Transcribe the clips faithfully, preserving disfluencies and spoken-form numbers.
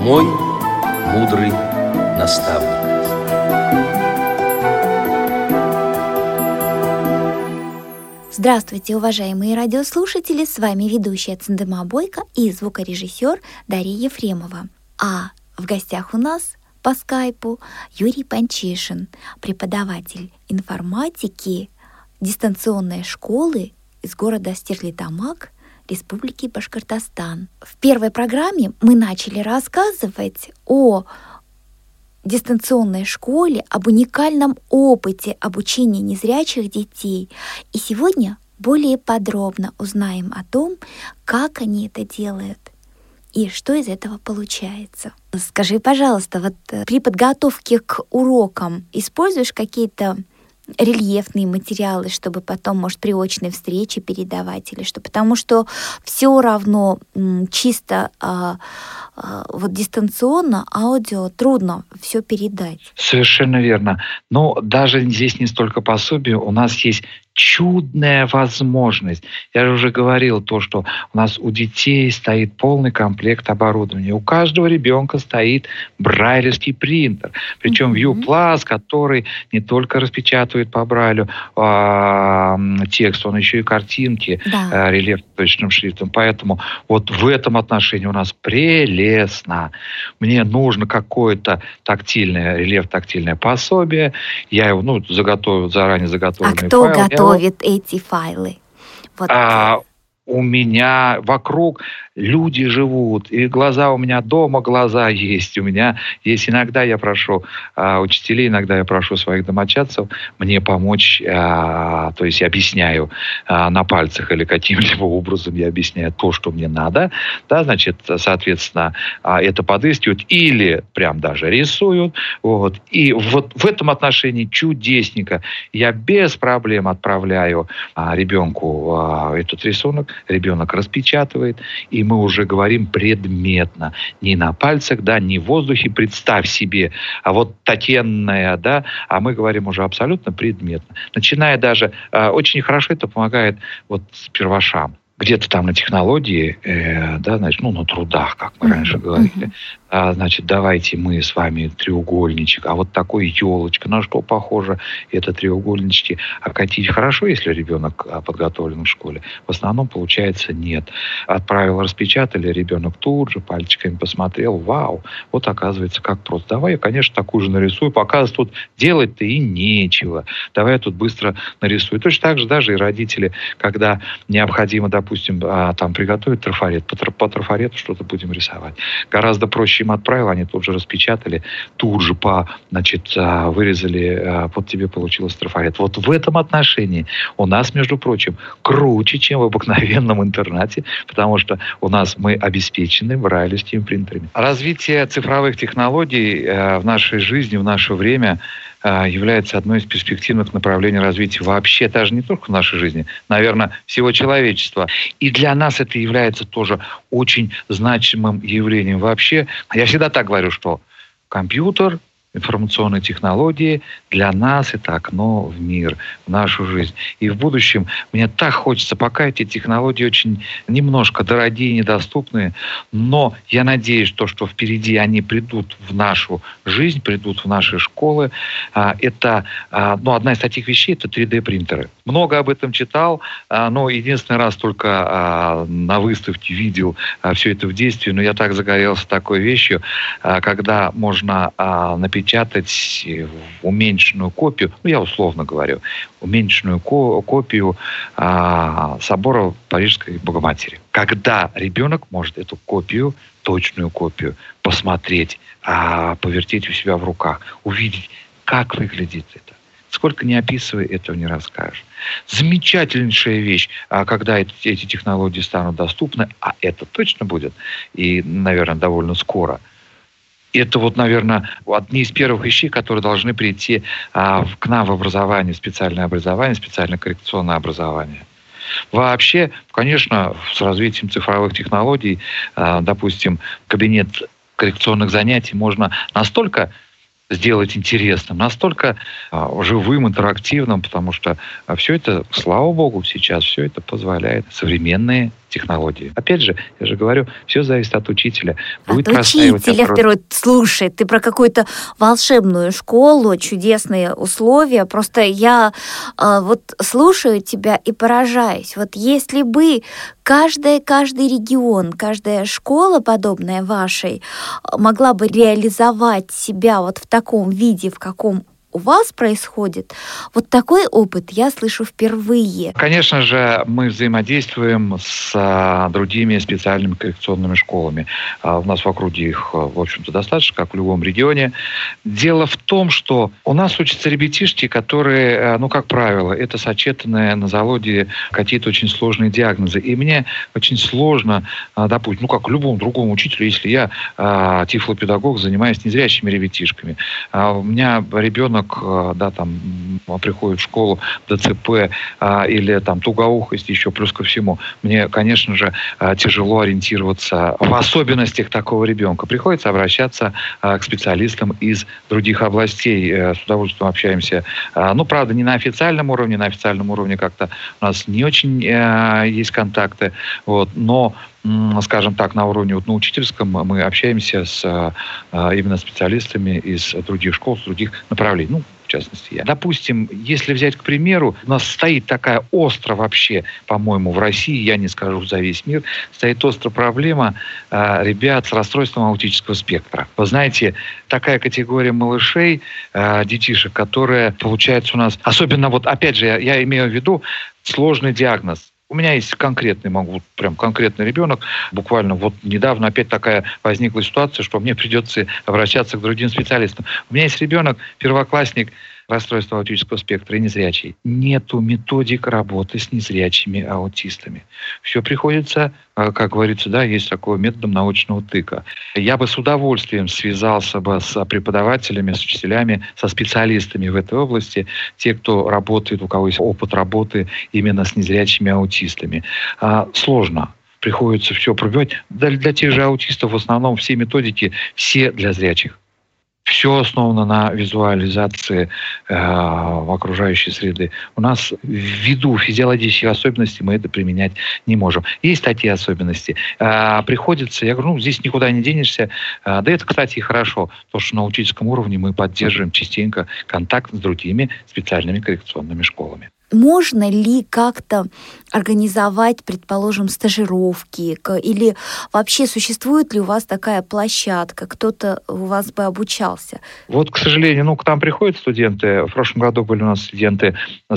Мой мудрый наставник. Здравствуйте, уважаемые радиослушатели! С вами ведущая Цендема Бойко и звукорежиссер Дарья Ефремова. А в гостях у нас по скайпу Юрий Панчишин, преподаватель информатики дистанционной школы из города Стерлитамак, Республики Башкортостан. В первой программе мы начали рассказывать о дистанционной школе, об уникальном опыте обучения незрячих детей. И сегодня более подробно узнаем о том, как они это делают и что из этого получается. Скажи, пожалуйста, вот при подготовке к урокам используешь какие-то рельефные материалы, чтобы потом, может, при очной встрече передавать или что? Потому что все равно м, чисто а, а, вот дистанционно аудио трудно все передать. Совершенно верно. Но даже здесь не столько пособие, у нас есть чудная возможность. Я же уже говорил то, что у нас у детей стоит полный комплект оборудования. У каждого ребенка стоит брайлевский принтер. Причем Mm-hmm. ViewPlus, который не только распечатывает по брайлю а, текст, он еще и картинки Да. а, рельефно-точным шрифтом. Поэтому вот в этом отношении у нас прелестно. Мне нужно какое-то тактильное, рельеф-тактильное пособие. Я его, ну, заготовил, заранее заготовленный А кто файл. готовит эти файлы? Вот. А, у меня вокруг люди живут, и глаза у меня дома, глаза есть. У меня есть иногда я прошу а, учителей, иногда я прошу своих домочадцев мне помочь, а, то есть я объясняю а, на пальцах или каким-либо образом я объясняю то, что мне надо, да, значит, соответственно, а, это подыскивают или прям даже рисуют, вот. И вот в этом отношении чудесненько я без проблем отправляю а, ребенку а, этот рисунок, ребенок распечатывает, и мы уже говорим предметно. Не на пальцах, да, не в воздухе, представь себе, а вот Татьяная, да, а мы говорим уже абсолютно предметно. Начиная даже, э, очень хорошо это помогает вот первошам. Где-то там на технологии, э, да, значит, ну, на трудах, как мы uh-huh. раньше говорили, uh-huh. а, значит, давайте мы с вами треугольничек, а вот такой елочка, на что похоже это треугольнички, окатить хорошо, если ребенок подготовлен в школе? В основном, получается, нет. Отправил, распечатали, ребенок тут же пальчиками посмотрел, вау, вот оказывается, как просто. Давай я, конечно, такую же нарисую, пока тут делать-то и нечего. Давай я тут быстро нарисую. Точно так же даже и родители, когда необходимо, допустим, допустим, там приготовить трафарет, по, по трафарету что-то будем рисовать. Гораздо проще им отправил, они тут же распечатали, тут же по, значит, вырезали, вот тебе получилось трафарет. Вот в этом отношении у нас, между прочим, круче, чем в обыкновенном интернате, потому что у нас мы обеспечены брайлевскими принтерами. Развитие цифровых технологий в нашей жизни, в наше время является одной из перспективных направлений развития вообще, даже не только в нашей жизни, наверное, всего человечества. И для нас это является тоже очень значимым явлением. Вообще, я всегда так говорю, что компьютер, информационные технологии для нас это окно в мир, в нашу жизнь. И в будущем мне так хочется, пока эти технологии очень немножко дорогие, недоступные, но я надеюсь, что, что впереди они придут в нашу жизнь, придут в наши школы. Это, ну, одна из таких вещей — это три дэ-принтеры. Много об этом читал, но единственный раз только на выставке видел все это в действии, но я так загорелся такой вещью, когда можно напечатать печатать уменьшенную копию, ну, я условно говорю, уменьшенную ко- копию а, собора Парижской Богоматери. Когда ребенок может эту копию, точную копию, посмотреть, а, повертеть у себя в руках, увидеть, как выглядит это. Сколько не описывай, этого не расскажешь. Замечательнейшая вещь, когда эти, эти технологии станут доступны, а это точно будет, и, наверное, довольно скоро. Это вот, наверное, одни из первых вещей, которые должны прийти а, к нам в образование, специальное образование, специальное коррекционное образование. Вообще, конечно, с развитием цифровых технологий, а, допустим, кабинет коррекционных занятий можно настолько сделать интересным, настолько а, живым, интерактивным, потому что а, все это, слава богу, сейчас все это позволяет современные технологии. Опять же, я же говорю, все зависит от учителя. Будет от учителя, второй. Слушай, ты про какую-то волшебную школу, чудесные условия. Просто я э, вот слушаю тебя и поражаюсь. Вот если бы каждая, каждый регион, каждая школа, подобная вашей, могла бы реализовать себя вот в таком виде, в каком у вас происходит, вот такой опыт я слышу впервые. Конечно же, мы взаимодействуем с а, другими специальными коррекционными школами. А, у нас в округе их, в общем-то, достаточно, как в любом регионе. Дело в том, что у нас учатся ребятишки, которые, ну, как правило, это сочетанные на заводе какие-то очень сложные диагнозы. И мне очень сложно, а, допустим, ну, как любому другому учителю, если я а, тифлопедагог, занимаюсь незрячими ребятишками. А у меня ребенок да, там, приходит в школу ДЦП а, или там тугоухость еще плюс ко всему. Мне, конечно же, а, тяжело ориентироваться в особенностях такого ребенка. Приходится обращаться а, к специалистам из других областей. А, с удовольствием общаемся. А, ну, правда, не на официальном уровне. На официальном уровне как-то у нас не очень а, есть контакты. Вот, но скажем так, на уровне вот, на учительском мы общаемся с а, именно специалистами из других школ, с других направлений. Ну, в частности, я. Допустим, если взять, к примеру, у нас стоит такая остро вообще, по-моему, в России, я не скажу за весь мир, стоит острая проблема а, ребят с расстройством аутического спектра. Вы знаете, такая категория малышей, а, детишек, которые, получается, у нас, особенно вот, опять же, я, я имею в виду сложный диагноз. У меня есть конкретный, могу, прям конкретный ребенок. Буквально вот недавно опять такая возникла ситуация, что мне придется обращаться к другим специалистам. У меня есть ребенок, первоклассник, расстройство аутического спектра и незрячий. Нету методик работы с незрячими аутистами. Все приходится, как говорится, да, есть такой методом научного тыка. Я бы с удовольствием связался бы с преподавателями, с учителями, со специалистами в этой области, те, кто работает, у кого есть опыт работы именно с незрячими аутистами. А, сложно. Приходится все пробивать. Для, для тех же аутистов в основном все методики, все для зрячих. Все основано на визуализации э, окружающей среды. У нас ввиду физиологических особенностей мы это применять не можем. Есть такие особенности. Э, приходится, я говорю, ну, здесь никуда не денешься. Э, да это, кстати, и хорошо, потому что на учительском уровне мы поддерживаем частенько контакт с другими специальными коррекционными школами. Можно ли как-то организовать, предположим, стажировки? Или вообще существует ли у вас такая площадка? Кто-то у вас бы обучался? Вот, к сожалению, ну, к нам приходят студенты. В прошлом году были у нас студенты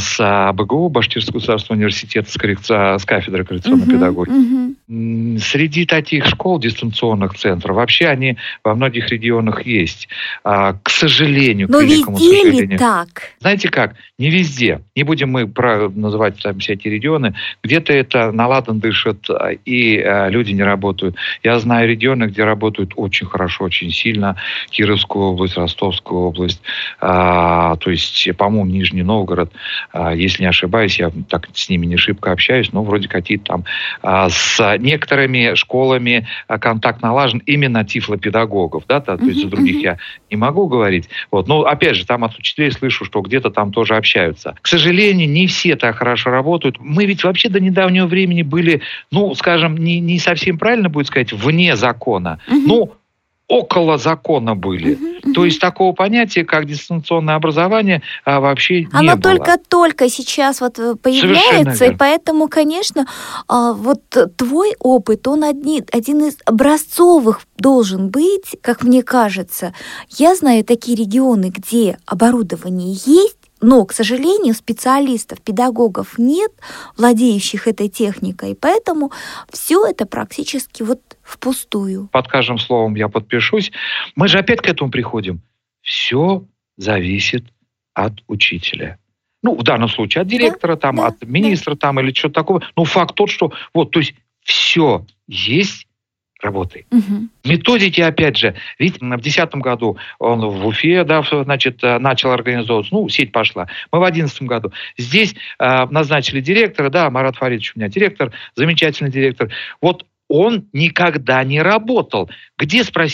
с БГУ, Башкирского государственного университета, с, коррекци... с кафедры коррекционной uh-huh, педагогики. Uh-huh. Среди таких школ, дистанционных центров, вообще они во многих регионах есть. А, к сожалению, Но к великому везде сожалению. ли так? Знаете как? Не везде. Не будем мы про называть там всякие регионы. Где-то это наладан дышит, и э, люди не работают. Я знаю регионы, где работают очень хорошо, очень сильно. Кировская область, Ростовская область, э, то есть, по-моему, Нижний Новгород. Э, если не ошибаюсь, я так с ними не шибко общаюсь, но вроде какие-то там э, с некоторыми школами э, контакт налажен именно тифлопедагогов, да, то, то есть за других я не могу говорить. Вот. Но, опять же, там от учителей слышу, что где-то там тоже общаются. К сожалению, не все так хорошо работают. Мы ведь вообще до недавнего времени были, ну, скажем, не, не совсем правильно будет сказать, вне закона. Uh-huh. Ну, около закона были. Uh-huh, uh-huh. То есть такого понятия, как дистанционное образование, а, вообще не Оно было. Оно только-только сейчас вот появляется, и поэтому, конечно, вот твой опыт, он одни, один из образцовых должен быть, как мне кажется. Я знаю такие регионы, где оборудование есть, но, к сожалению, специалистов, педагогов нет, владеющих этой техникой, поэтому все это практически вот впустую. Под каждым словом я подпишусь. Мы же опять к этому приходим. Все зависит от учителя. Ну, в данном случае от директора, да, там, да, от министра да. там, или что-то такого. Но факт тот, что вот, то есть все есть, работай. Угу. Методики, опять же, ведь в две тысячи десятом году он в Уфе, да, значит, начал организовываться, ну, сеть пошла. Мы в две тысячи одиннадцатом году. Здесь э, назначили директора, да, Марат Фаридович у меня директор, замечательный директор. Вот он никогда не работал. Где спросить?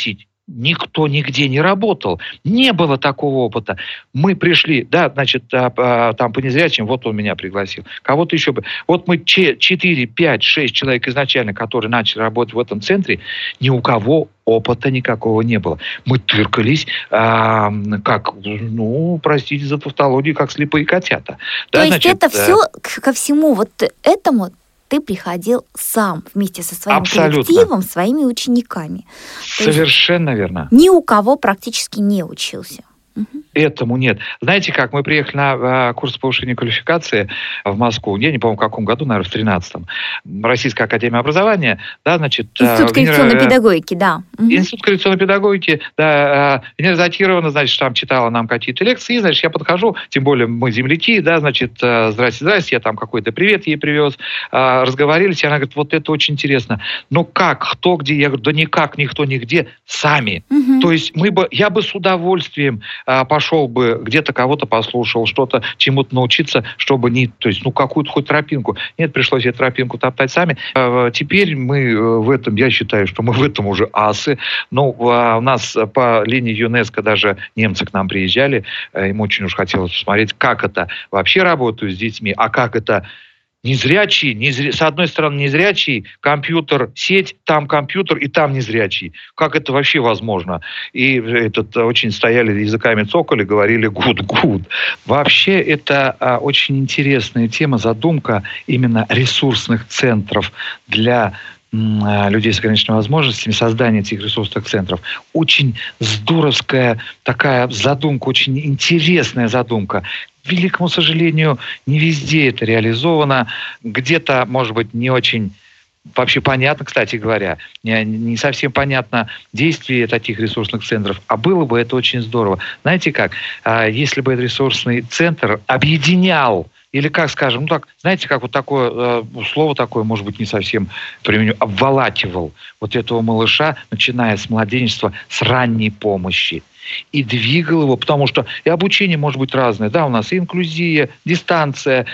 никто нигде не работал. Не было такого опыта. Мы пришли, да, значит, там по незрячим, вот он меня пригласил. Кого-то еще бы. Вот мы четыре, пять, шесть человек изначально, которые начали работать в этом центре, ни у кого опыта никакого не было. Мы тыркались, а, как, ну, простите за тавтологию, как слепые котята. То да, есть значит, это все, ко всему вот этому ты приходил сам вместе со своим абсолютно. коллективом, своими учениками. Совершенно верно. Ни у кого практически не учился. Угу. Этому нет. Знаете как, мы приехали на э, курс повышения квалификации в Москву, я не помню, в каком году, наверное, в тринадцатом. Российская академия образования, да, значит... Институт э, коррекционной э, педагогики, да. Угу. Институт коррекционной педагогики, да, э, Венера Затировна, значит, там читала нам какие-то лекции, значит, я подхожу, тем более мы земляки, да, значит, э, здрасте, здрасте, я там какой-то привет ей привез, э, разговорились, и она говорит, вот это очень интересно. Ну как, кто где? Я говорю, да никак, никто нигде, сами. Угу. То есть мы бы, я бы с удовольствием э, пошел пошел бы, где-то кого-то послушал, что-то, чему-то научиться, чтобы не, то есть, ну, какую-то хоть тропинку. Нет, пришлось эту тропинку топтать сами. Теперь мы в этом, я считаю, что мы в этом уже асы. Ну, у нас по линии ЮНЕСКО даже немцы к нам приезжали, им очень уж хотелось посмотреть, как это вообще работает с детьми, а как это незрячий, незря... с одной стороны незрячий, компьютер, сеть, там компьютер и там незрячий. Как это вообще возможно? И этот, очень стояли языками цокали, говорили гуд-гуд. Вообще это а, очень интересная тема, задумка именно ресурсных центров для людей с ограниченными возможностями, создание этих ресурсных центров. Очень здоровская такая задумка, очень интересная задумка. К великому сожалению, не везде это реализовано. Где-то, может быть, не очень вообще понятно, кстати говоря, не, не совсем понятно действие таких ресурсных центров, а было бы это очень здорово. Знаете как, если бы этот ресурсный центр объединял, или как скажем, ну так, знаете, как вот такое э, слово такое, может быть, не совсем применю, обволакивал вот этого малыша, начиная с младенчества, с ранней помощи. И двигал его, потому что и обучение может быть разное. Да, у нас и инклюзия, дистанция,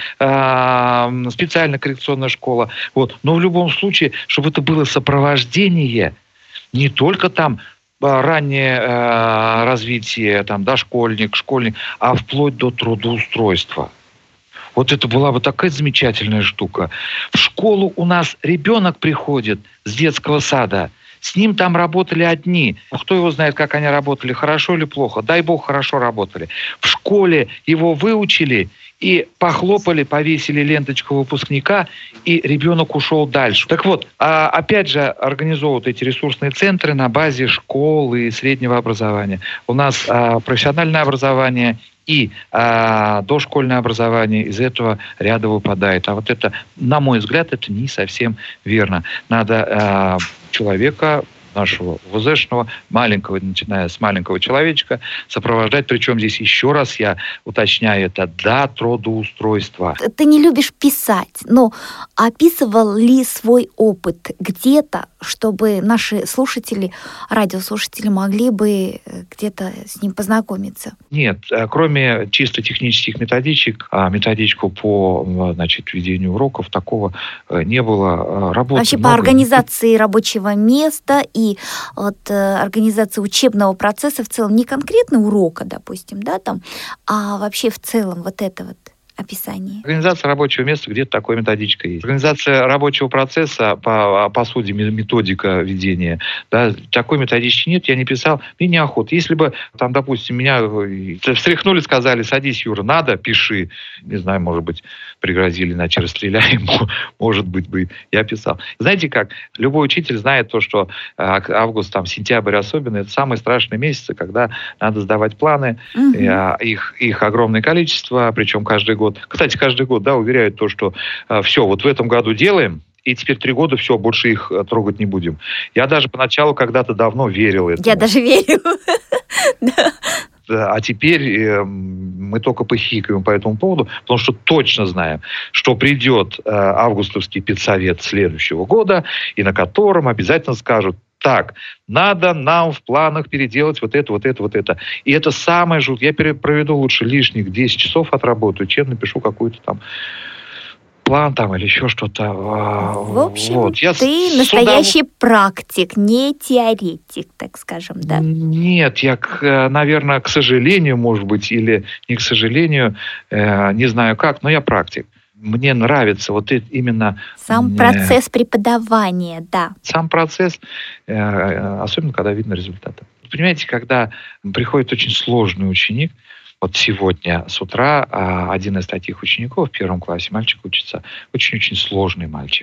э, специальная коррекционная школа. Вот. Но в любом случае, чтобы это было сопровождение не только там раннее э, развитие, там, дошкольник, школьник, а вплоть до трудоустройства. Вот это была бы такая замечательная штука. В школу у нас ребенок приходит с детского сада. С ним там работали одни. Кто его знает, как они работали, хорошо или плохо. Дай бог, хорошо работали. В школе его выучили и похлопали, повесили ленточку выпускника, и ребенок ушел дальше. Так вот, а опять же, организовывают эти ресурсные центры на базе школы и среднего образования. У нас а, профессиональное образование и а, дошкольное образование из этого ряда выпадает. А вот это, на мой взгляд, это не совсем верно. Надо а, человека, нашего ВЗшного, маленького, начиная с маленького человечка, сопровождать. Причем здесь еще раз я уточняю это до трудоустройства. Ты не любишь писать, но описывал ли свой опыт где-то, чтобы наши слушатели, радиослушатели могли бы где-то с ним познакомиться? Нет, кроме чисто технических методичек, методичку по, значит, ведению уроков, такого не было. Работы вообще много. По организации рабочего места и от организации учебного процесса в целом, не конкретно урока, допустим, да, там, а вообще в целом вот это вот описание. Организация рабочего места, где-то такой методичка есть. Организация рабочего процесса, по, по сути, методика ведения, да, такой методички нет, я не писал, мне неохота. Если бы, там, допустим, меня встряхнули, сказали, садись, Юра, надо, пиши. Не знаю, может быть, пригрозили, иначе расстреляем, может быть, бы я писал. Знаете как, любой учитель знает то, что август, там, сентябрь особенно, это самые страшные месяцы, когда надо сдавать планы, угу. их, их огромное количество, причем каждый год. Кстати, каждый год, да, уверяют то, что э, все, вот в этом году делаем, и теперь три года, все, больше их э, трогать не будем. Я даже поначалу когда-то давно верил этому. Я даже верю. А теперь э, мы только похихикаем по этому поводу, потому что точно знаем, что придет э, августовский педсовет следующего года, и на котором обязательно скажут: так, надо нам в планах переделать вот это, вот это, вот это. И это самое жуткое. Я проведу лучше лишних десять часов отработаю, чем напишу какую-то там план там или еще что-то. В общем, вот. Я ты с настоящий удов... практик, не теоретик, так скажем, да? Нет, я, наверное, к сожалению, может быть, или не к сожалению, не знаю как, но я практик. Мне нравится вот именно... Сам процесс преподавания, да. Сам процесс, особенно когда видно результаты. Понимаете, когда приходит очень сложный ученик, вот сегодня с утра один из таких учеников в первом классе, мальчик учится, очень-очень сложный мальчик.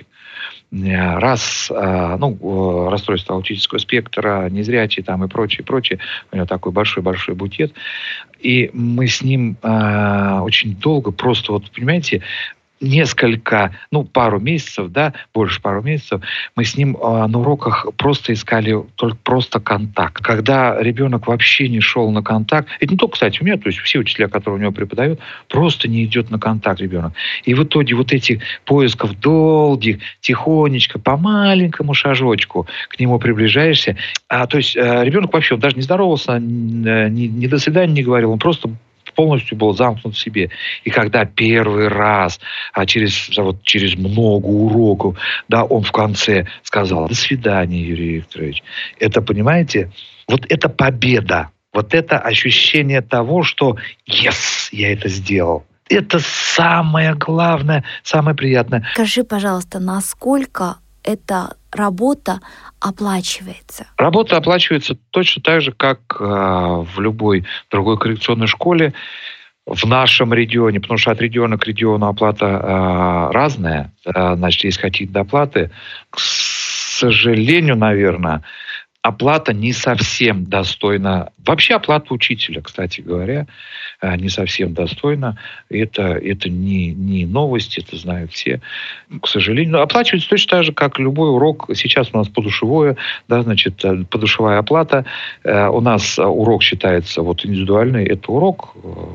Раз, ну, расстройство аутического спектра, незрячий там и прочее, прочее, у него такой большой-большой букет. И мы с ним очень долго просто, вот, понимаете, несколько, ну, пару месяцев, да, больше пару месяцев, мы с ним э, на уроках просто искали только просто контакт. Когда ребенок вообще не шел на контакт, это не только, кстати, у меня, то есть все учителя, которые у него преподают, просто не идет на контакт ребенок. И в итоге вот этих поисков долгих, тихонечко, по маленькому шажочку к нему приближаешься. А, то есть э, ребенок вообще, он даже не здоровался, ни, ни до свидания не говорил, он просто полностью был замкнут в себе. И когда первый раз, а через, вот, через много уроков, да, он в конце сказал: «До свидания, Юрий Викторович». Это, понимаете, вот это победа. Вот это ощущение того, что «yes, я это сделал». Это самое главное, самое приятное. Скажи, пожалуйста, насколько эта работа оплачивается? Работа оплачивается точно так же, как э, в любой другой коррекционной школе в нашем регионе, потому что от региона к региону оплата э, разная. Э, значит, есть какие-то доплаты. К сожалению, наверное, оплата не совсем достойна. Вообще оплата учителя, кстати говоря, не совсем достойна. Это, это не, не новость, это знают все. К сожалению, оплачивается точно так же, как любой урок. Сейчас у нас подушевое, да, значит, подушевая оплата. У нас урок считается вот индивидуальный. Это урок.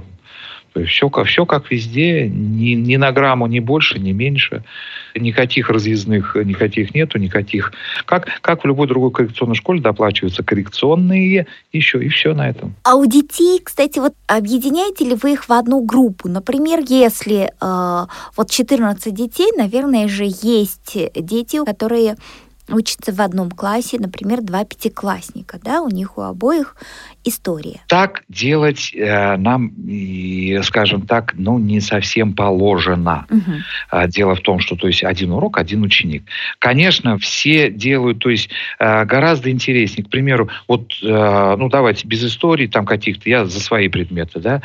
То есть все, все как везде, ни, ни на грамму, ни больше, ни меньше. Никаких разъездных, никаких нету, никаких... Как, как в любой другой коррекционной школе доплачиваются коррекционные, еще, и все на этом. А у детей, кстати, вот объединяете ли вы их в одну группу? Например, если э, вот четырнадцать детей, наверное же есть дети, которые учатся в одном классе, например, два пятиклассника, да, у них у обоих история. Так делать э, нам, и, скажем так, ну, не совсем положено. Угу. Дело в том, что, то есть, один урок, один ученик. Конечно, все делают, то есть, э, гораздо интереснее. К примеру, вот, э, ну, давайте, без историй там каких-то, я за свои предметы, да,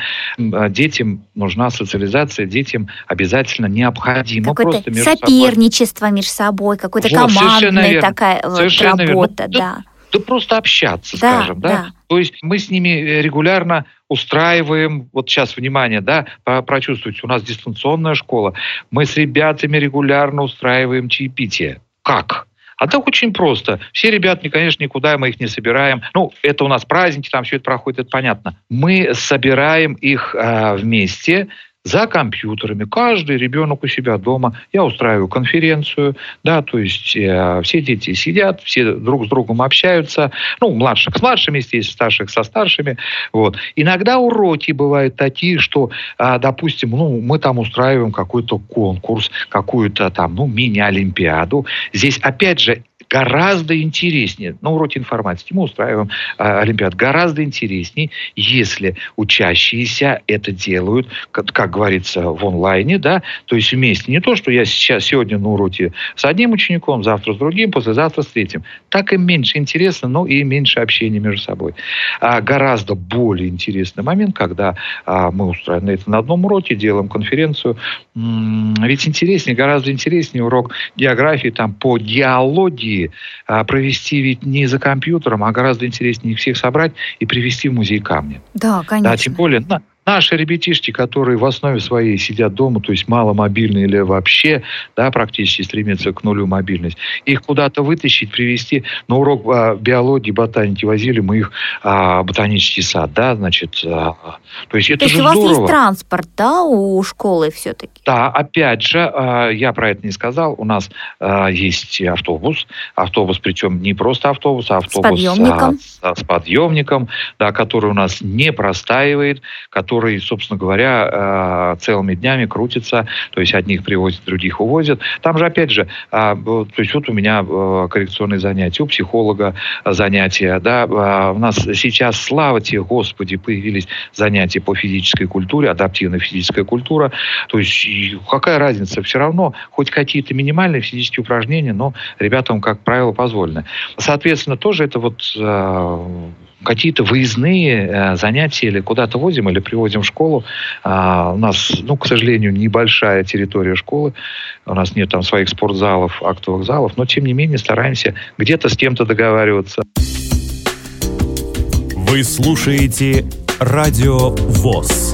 детям нужна социализация, детям обязательно необходимо какое-то просто между соперничество собой. между собой, какой-то вот, командная такая вот работа, ну, да. Да просто общаться, да, скажем, да? да. То есть мы с ними регулярно устраиваем, вот сейчас, внимание, да, прочувствуйте, у нас дистанционная школа, мы с ребятами регулярно устраиваем чаепитие. Как? А так очень просто. Все ребята, конечно, никуда мы их не собираем. Ну, это у нас праздники, там все это проходит, это понятно. Мы собираем их а, вместе, за компьютерами. Каждый ребенок у себя дома. Я устраиваю конференцию, да, то есть э, все дети сидят, все друг с другом общаются. Ну, младших с младшими, естественно, старших со старшими. Вот. Иногда уроки бывают такие, что, э, допустим, ну, мы там устраиваем какой-то конкурс, какую-то там, ну, мини-олимпиаду. Здесь, опять же, гораздо интереснее, на уроке информатики мы устраиваем э, олимпиад, гораздо интереснее, если учащиеся это делают, как, как говорится, в онлайне, да, то есть вместе. Не то, что я сейчас сегодня на уроке с одним учеником, завтра с другим, послезавтра с третьим. Так им меньше интересно, но и меньше общения между собой. А гораздо более интересный момент, когда а, мы устраиваем это на одном уроке, делаем конференцию. М-м, ведь интереснее, гораздо интереснее урок географии там по геологии провести ведь не за компьютером, а гораздо интереснее их всех собрать и привести в музей камня. Да, конечно. Да, тем более на, наши ребятишки, которые в основе своей сидят дома, то есть маломобильные или вообще, да, практически стремятся к нулю мобильность, их куда-то вытащить, привести. На урок а, биологии, ботаники возили мы их а, в ботанический сад, да, значит, а, то есть это то же есть у вас здорово. Есть транспорт, да, у школы все-таки? Да, опять же, а, я про это не сказал, у нас а, есть автобус, автобус, причем не просто автобус, а автобус с подъемником, а, с, с подъемником, да, который у нас не простаивает, который который, собственно говоря, целыми днями крутится, то есть одних привозят, других увозят. Там же, опять же, то есть вот у меня коррекционные занятия, у психолога занятия, да, у нас сейчас, слава тебе, Господи, появились занятия по физической культуре, адаптивная физическая культура, то есть какая разница, все равно хоть какие-то минимальные физические упражнения, но ребятам, как правило, позволено. Соответственно, тоже это вот какие-то выездные э, занятия или куда-то возим, или привозим в школу. А, у нас, ну, к сожалению, небольшая территория школы. У нас нет там своих спортзалов, актовых залов, но, тем не менее, стараемся где-то с кем-то договариваться. Вы слушаете Радио ВОС.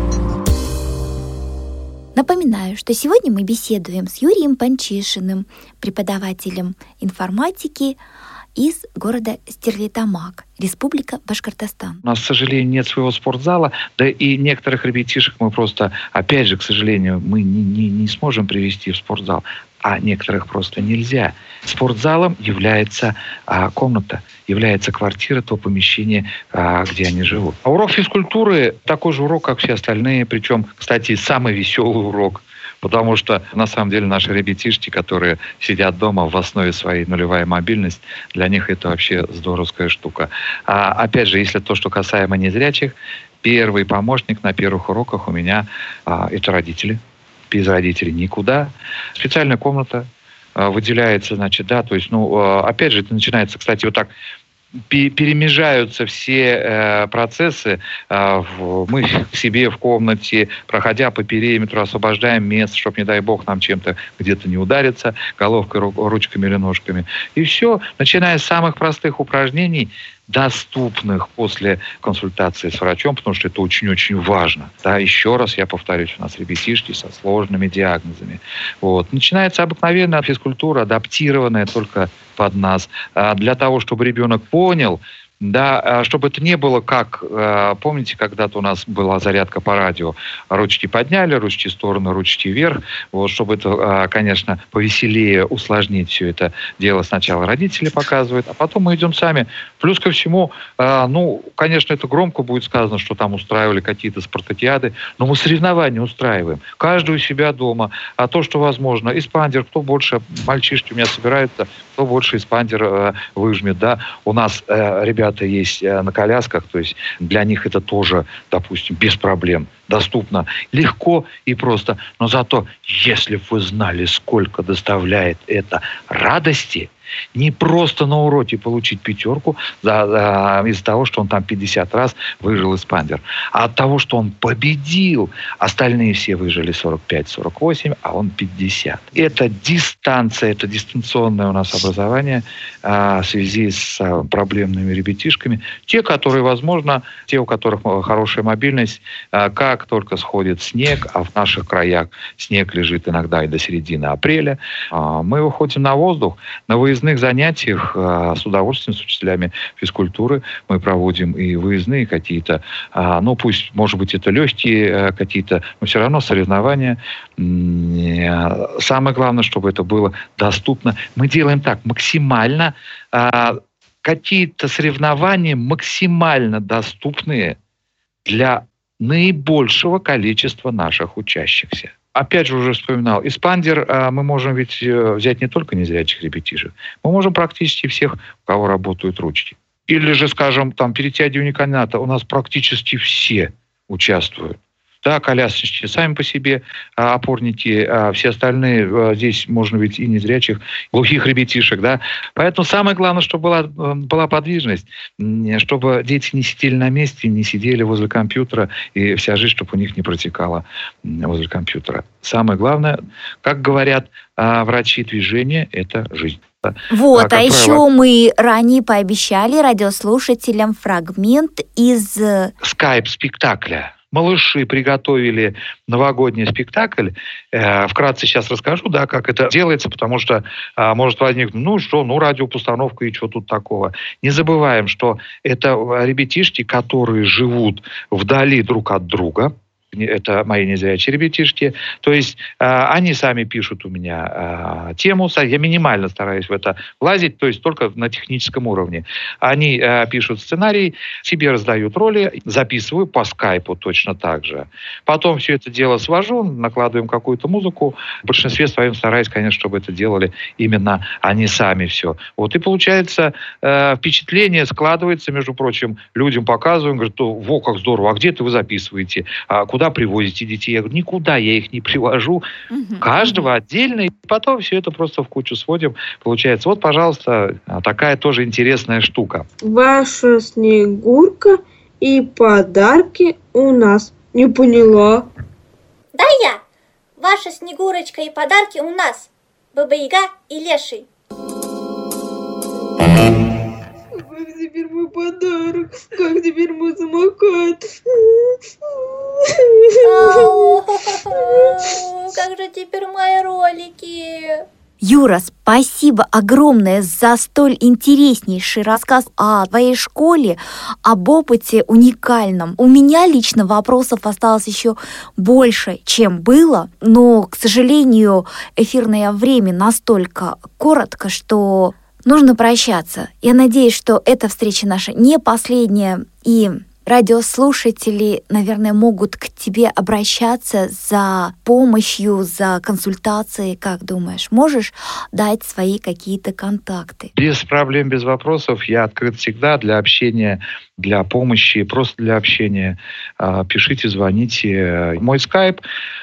Напоминаю, что сегодня мы беседуем с Юрием Панчишиным, преподавателем информатики из города Стерлитамак, Республика Башкортостан. У нас, к сожалению, нет своего спортзала, да и некоторых ребятишек мы просто, опять же, к сожалению, мы не, не, не сможем привести в спортзал, а некоторых просто нельзя. Спортзалом является а, комната, является квартира, то помещение, а, где они живут. А урок физкультуры такой же урок, как все остальные, причем, кстати, самый веселый урок. Потому что, на самом деле, наши ребятишки, которые сидят дома, в основе своей нулевая мобильность, для них это вообще здоровская штука. А опять же, если то, что касаемо незрячих, первый помощник на первых уроках у меня а, это родители. Без родителей никуда. Специальная комната а, выделяется, значит, да, то есть, ну, а, опять же, это начинается, кстати, вот так, перемежаются все э, процессы. Э, в, мы к себе в комнате, проходя по периметру, освобождаем место, чтобы, не дай бог, нам чем-то где-то не удариться, головкой, ру, ручками или ножками. И все, начиная с самых простых упражнений, доступных после консультации с врачом, потому что это очень-очень важно. Да, еще раз я повторюсь, у нас ребятишки со сложными диагнозами. Вот. Начинается обыкновенная физкультура, адаптированная только под нас, для того, чтобы ребенок понял, да, чтобы это не было как, помните, когда-то у нас была зарядка по радио, ручки подняли, ручки в сторону, ручки вверх, вот, чтобы это, конечно, повеселее усложнить все это дело, сначала родители показывают, а потом мы идем сами. Плюс ко всему, ну, конечно, это громко будет сказано, что там устраивали какие-то спартакиады, но мы соревнования устраиваем, каждый у себя дома, а то, что возможно, эспандер, кто больше, мальчишки у меня собираются, кто больше эспандер выжмет, да, у нас ребята есть на колясках, то есть для них это тоже, допустим, без проблем, доступно, легко и просто. Но зато, если бы вы знали, сколько доставляет это радости, не просто на уроке получить пятерку за, за, из-за того, что он там пятьдесят раз выжил эспандер, а от того, что он победил. Остальные все выжили сорок пять сорок восемь, а он пятьдесят. Это дистанция, это дистанционное у нас образование а, в связи с а, проблемными ребятишками. Те, которые, возможно, те, у которых хорошая мобильность, а, как только сходит снег, а в наших краях снег лежит иногда и до середины апреля, а, мы выходим на воздух, на выездных занятиях а, с удовольствием с учителями физкультуры мы проводим и выездные какие-то, а, ну пусть, может быть, это легкие а, какие-то, но все равно соревнования. Самое главное, чтобы это было доступно. Мы делаем так, максимально а, какие-то соревнования максимально доступные для наибольшего количества наших учащихся. Опять же, уже вспоминал, эспандер а, мы можем ведь взять не только незрячих ребятишек, мы можем практически всех, у кого работают ручки. Или же, скажем, там перетягивание каната, у нас практически все участвуют. Да, колясочники сами по себе, а, опорники, а, все остальные, а, здесь можно ведь и незрячих, глухих ребятишек, да. Поэтому самое главное, чтобы была, была подвижность, чтобы дети не сидели на месте, не сидели возле компьютера, и вся жизнь, чтобы у них не протекала возле компьютера. Самое главное, как говорят а, врачи, движение – это жизнь. Вот, а, а правило, еще мы ранее пообещали радиослушателям фрагмент из скайп-спектакля. Малыши приготовили новогодний спектакль. Э, вкратце сейчас расскажу, да, как это делается, потому что э, может возникнуть, ну что, ну радиопостановка и что тут такого. Не забываем, что это ребятишки, которые живут вдали друг от друга. это мои незрячие ребятишки. То есть э, они сами пишут у меня э, тему, я минимально стараюсь в это влазить, то есть только на техническом уровне. Они э, пишут сценарий, себе раздают роли, записываю по скайпу точно так же. Потом все это дело свожу, накладываем какую-то музыку. В большинстве своем стараюсь, конечно, чтобы это делали именно они сами все. Вот и получается, э, впечатление складывается, между прочим, людям показываем, говорят, во, как здорово, а где это вы записываете? А куда привозите детей? Я говорю, никуда я их не привожу. Угу. Каждого отдельно. И потом все это просто в кучу сводим. Получается, вот, пожалуйста, такая тоже интересная штука. Ваша Снегурка и подарки у нас. Не поняла. Да я. Ваша Снегурочка и подарки у нас. Баба-Яга и Леший. Как теперь мой подарок? Как теперь мой самокат? Как же теперь мои ролики? Юра, спасибо огромное за столь интереснейший рассказ о твоей школе, об опыте уникальном. У меня лично вопросов осталось еще больше, чем было, но, к сожалению, эфирное время настолько коротко, что нужно прощаться. Я надеюсь, что эта встреча наша не последняя, и радиослушатели, наверное, могут к тебе обращаться за помощью, за консультацией. Как думаешь, можешь дать свои какие-то контакты? Без проблем, без вопросов. Я открыт всегда для общения, для помощи, просто для общения. Пишите, звоните. Мой скайп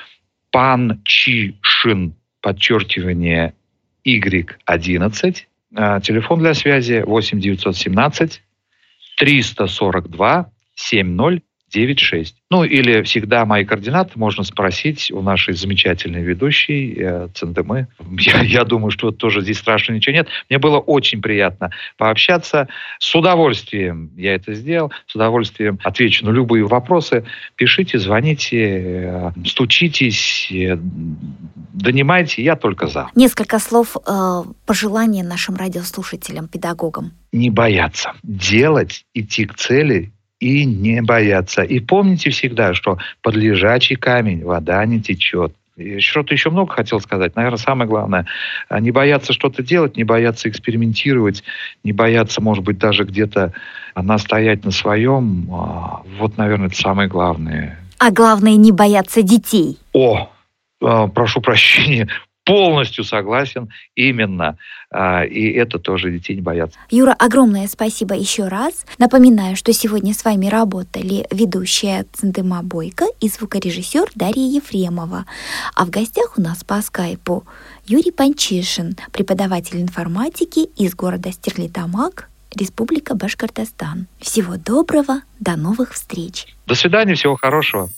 Панчишин, подчеркивание, Y одиннадцать. Телефон для связи восемь девятьсот семнадцать триста сорок два семь ноль девять шесть. Ну, или всегда мои координаты можно спросить у нашей замечательной ведущей э, Цендемы. Я, я думаю, что тоже здесь страшно ничего нет. Мне было очень приятно пообщаться. С удовольствием я это сделал. С удовольствием отвечу на любые вопросы. Пишите, звоните, э, стучитесь, э, донимайте. Я только за. Несколько слов э, пожелания нашим радиослушателям, педагогам. Не бояться. Делать, идти к цели и не бояться. И помните всегда, что под лежачий камень вода не течет. И что-то еще много хотел сказать. Наверное, самое главное, не бояться что-то делать, не бояться экспериментировать, не бояться, может быть, даже где-то настоять на своем. Вот, наверное, это самое главное. А главное, не бояться детей. О, прошу прощения, полностью согласен. Именно. И это тоже детей не боятся. Юра, огромное спасибо еще раз. Напоминаю, что сегодня с вами работали ведущая Цендема Бойко и звукорежиссер Дарья Ефремова. А в гостях у нас по скайпу Юрий Панчишин, преподаватель информатики из города Стерлитамак, Республика Башкортостан. Всего доброго, до новых встреч. До свидания, всего хорошего.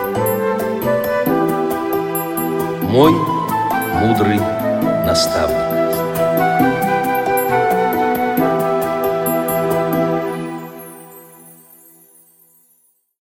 Мой мудрый наставник.